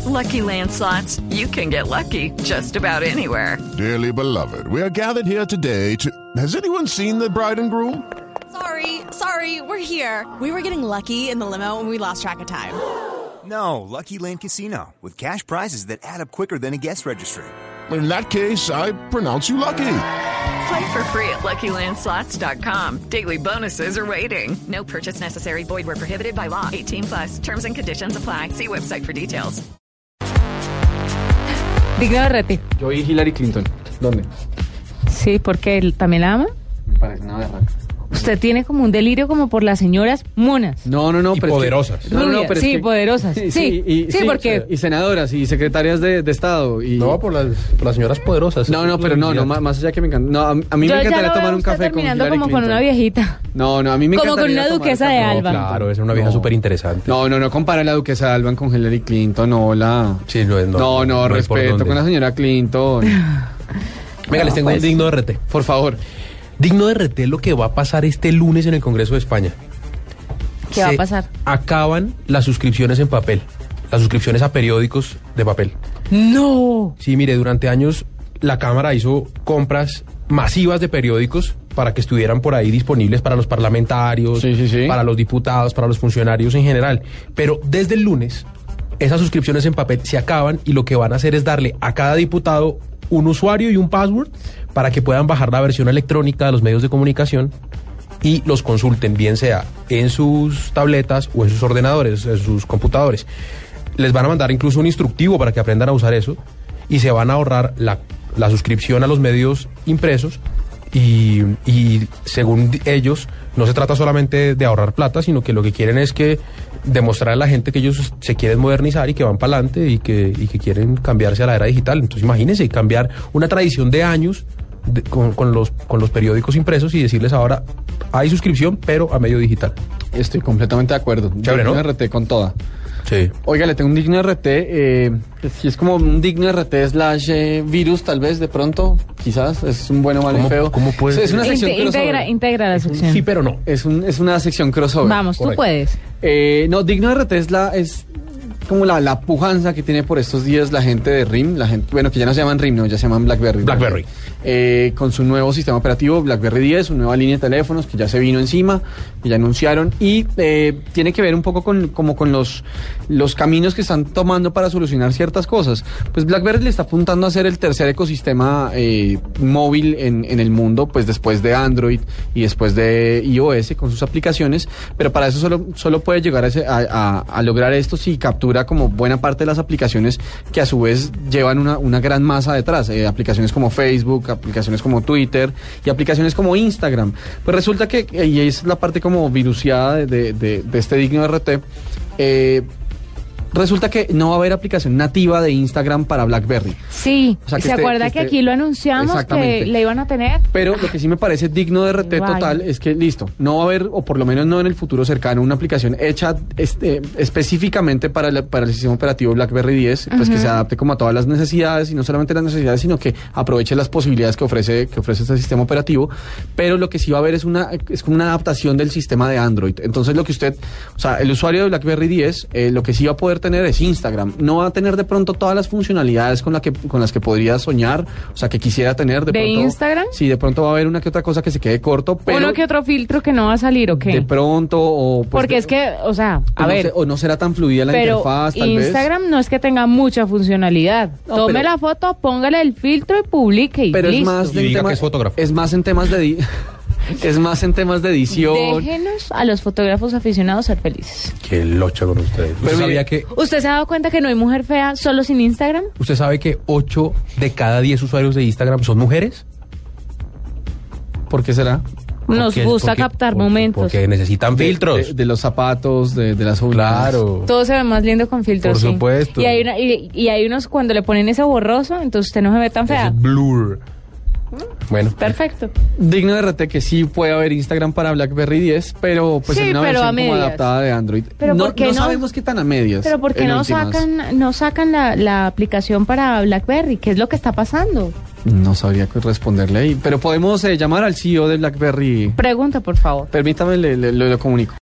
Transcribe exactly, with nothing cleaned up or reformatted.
Lucky Land Slots, you can get lucky just about anywhere. Dearly beloved, we are gathered here today to... Has anyone seen the bride and groom? Sorry, sorry, we're here. We were getting lucky in the limo and we lost track of time. No, Lucky Land Casino, with cash prizes that add up quicker than a guest registry. In that case, I pronounce you lucky. Play for free at Lucky Land Slots dot com. Daily bonuses are waiting. No purchase necessary. Void where prohibited by law. eighteen plus. Terms and conditions apply. See website for details. Digno de rete. Yo vi Hillary Clinton. ¿Dónde? Sí, porque él también la ama. Me parece una berraca. Usted tiene como un delirio como por las señoras monas. No, no, no. Y pero poderosas. Es que, no, no, no, pero sí, es que, poderosas. Sí, sí, y, sí, porque... Y senadoras y secretarias de, de Estado. Y... No, por las, por las señoras poderosas. No, no, pero no, no, más, más allá que me encanta. No, a, a mí Yo me encantaría ya lo tomar veo un usted café con Hillary terminando como Clinton. con una viejita. No, no, a mí me Como encantaría con una tomar duquesa de café. Alba. No, claro, es una vieja No. súper interesante. No, no, no compara la duquesa de Alba con Hillary Clinton, no, la... Sí, no, no, No, no, no hay por respeto dónde. con la señora Clinton. Venga, les tengo pues. un digno de rete. Por favor. Digno de rete es lo que va a pasar este lunes en el Congreso de España. ¿Qué va a pasar? Acaban las suscripciones en papel, las suscripciones a periódicos de papel. ¡No! Sí, mire, durante años la Cámara hizo compras masivas de periódicos para que estuvieran por ahí disponibles para los parlamentarios, Sí, sí, sí. para los diputados, para los funcionarios en general. Pero desde el lunes, esas suscripciones en papel se acaban y lo que van a hacer es darle a cada diputado un usuario y un password para que puedan bajar la versión electrónica de los medios de comunicación y los consulten, bien sea en sus tabletas o en sus ordenadores, en sus computadores. Les van a mandar incluso un instructivo para que aprendan a usar eso y se van a ahorrar la, la suscripción a los medios impresos y, y según ellos no se trata solamente de ahorrar plata, sino que lo que quieren es que demostrar a la gente que ellos se quieren modernizar y que van para adelante y que, y que quieren cambiarse a la era digital. Entonces imagínense cambiar una tradición de años de, con, con, los, con los periódicos impresos y decirles ahora hay suscripción pero a medio digital. Estoy completamente de acuerdo. Chévere, ¿no? Digno de R T con toda. Sí. Oiga, le tengo un digno R T, eh, si es como un digno R T slash eh, virus, tal vez, de pronto, quizás, es un bueno, malo y ¿Cómo- feo. cómo puede Es una ser? sección Inte- crossover. integra, integra la sección. Sí, pero no. Es, un, es una sección crossover. Vamos, tú Correcto. puedes. Eh, no, digno R T es la... Es, como la, la pujanza que tiene por estos días la gente de R I M, la gente, bueno, que ya no se llaman R I M, no, ya se llaman BlackBerry. BlackBerry. Eh, con su nuevo sistema operativo, BlackBerry diez, su nueva línea de teléfonos que ya se vino encima, que ya anunciaron, y eh, tiene que ver un poco con, como con los, los caminos que están tomando para solucionar ciertas cosas. Pues BlackBerry le está apuntando a ser el tercer ecosistema eh, móvil en, en el mundo, pues después de Android y después de iOS con sus aplicaciones, pero para eso solo, solo puede llegar a, ese- a, a- a lograr esto si captura como buena parte de las aplicaciones que a su vez llevan una, una gran masa detrás, eh, aplicaciones como Facebook, aplicaciones como Twitter y aplicaciones como Instagram. Pues resulta que, y es la parte como viruciada de, de, de, de este digno R T, eh, resulta que no va a haber aplicación nativa de Instagram para BlackBerry. Sí, O sea, que ¿se esté- acuerda que que, esté- aquí lo anunciamos que Exactamente. le iban a tener? Pero lo que sí me parece digno de R T Vaya. total es que, listo, no va a haber, o por lo menos no en el futuro cercano, una aplicación hecha este, específicamente para el, para el sistema operativo BlackBerry diez, pues que se adapte como a todas las necesidades, y no solamente las necesidades, sino que aproveche las posibilidades que ofrece, que ofrece este sistema operativo. Pero lo que sí va a haber es una, es como una adaptación del sistema de Android. Entonces lo que usted, o sea, el usuario de BlackBerry diez, eh, lo que sí va a poder tener es Instagram. No va a tener de pronto todas las funcionalidades con, la que, con las que podría soñar, o sea, que quisiera tener de, ¿De pronto. Instagram? Sí, de pronto va a haber una que otra cosa que se quede corto, pero Uno que otro filtro que no va a salir, ¿o qué? de pronto o pues, Porque de- es que, o sea, o a no ver, se- o no será tan fluida la pero interfaz, tal Instagram no es que tenga mucha funcionalidad. No, Tome pero- la foto, póngale el filtro y publique y vez. Pero es listo. más Y en diga tema- que es fotógrafo. es más en temas de di- es más en temas de edición. Déjenos a los fotógrafos aficionados ser felices. Qué locha con ustedes. ¿Usted Pero sabía mire- que ¿Usted se ha dado cuenta que no hay mujer fea solo sin Instagram? usted sabe que ocho de cada diez usuarios de Instagram son mujeres? ¿Por qué será? Nos Porque- gusta porque- captar porque- momentos. Porque necesitan De- filtros. De, de los zapatos, de, de las uñas. Claro. Todo se ve más lindo con filtros. Por sí. supuesto. Y hay, una- y, y hay unos cuando le ponen ese borroso, entonces usted no se ve tan fea. Ese blur. Bueno. Perfecto. Digno de R T que sí puede haber Instagram para BlackBerry diez, pero pues Sí, en una pero a versión como medias. adaptada de Android. Pero no, ¿por qué no no? sabemos qué tan a medias. Pero ¿por qué en no últimas. sacan, no sacan la, la aplicación para BlackBerry? ¿Qué es lo que está pasando? No sabría qué responderle ahí. Pero podemos eh, llamar al C E O de BlackBerry. Pregunta, por favor. Permítame, le, le- lo- lo comunico.